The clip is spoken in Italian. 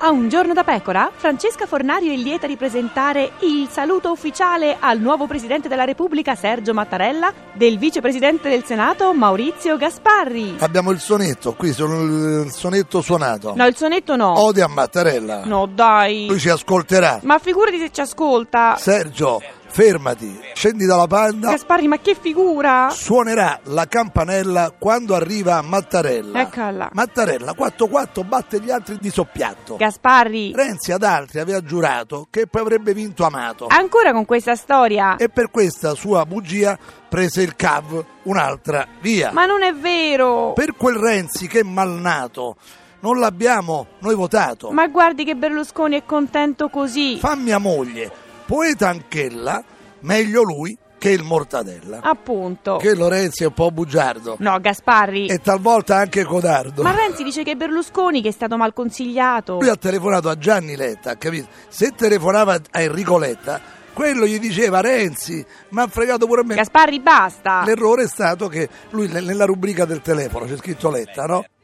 A Un giorno da pecora, Francesca Fornario è lieta di presentare il saluto ufficiale al nuovo Presidente della Repubblica Sergio Mattarella del Vicepresidente del Senato Maurizio Gasparri. Abbiamo il sonetto, qui sono il sonetto suonato. No, il sonetto no. Ode a Mattarella. No, dai. Lui ci ascolterà. Ma figurati se ci ascolta. Sergio, fermati, scendi dalla Panda. Gasparri, ma che figura? Suonerà la campanella quando arriva Mattarella. Eccola. Mattarella 4-4 batte gli altri di soppiatto. Gasparri. Renzi ad altri aveva giurato che poi avrebbe vinto Amato. Ancora con questa storia? E per questa sua bugia prese il CAV, un'altra via. Ma non è vero. Per quel Renzi che è malnato non l'abbiamo noi votato. Ma guardi che Berlusconi è contento così. Fa mia moglie, poeta anch'ella, meglio lui che il Mortadella. Appunto. Che Renzi è un po' bugiardo. No, Gasparri. E talvolta anche codardo. Ma Renzi dice che Berlusconi che è stato mal consigliato. Lui ha telefonato a Gianni Letta, capito? Se telefonava a Enrico Letta, quello gli diceva Renzi, ma ha fregato pure me. Gasparri, basta. L'errore è stato che lui nella rubrica del telefono c'è scritto Letta, no?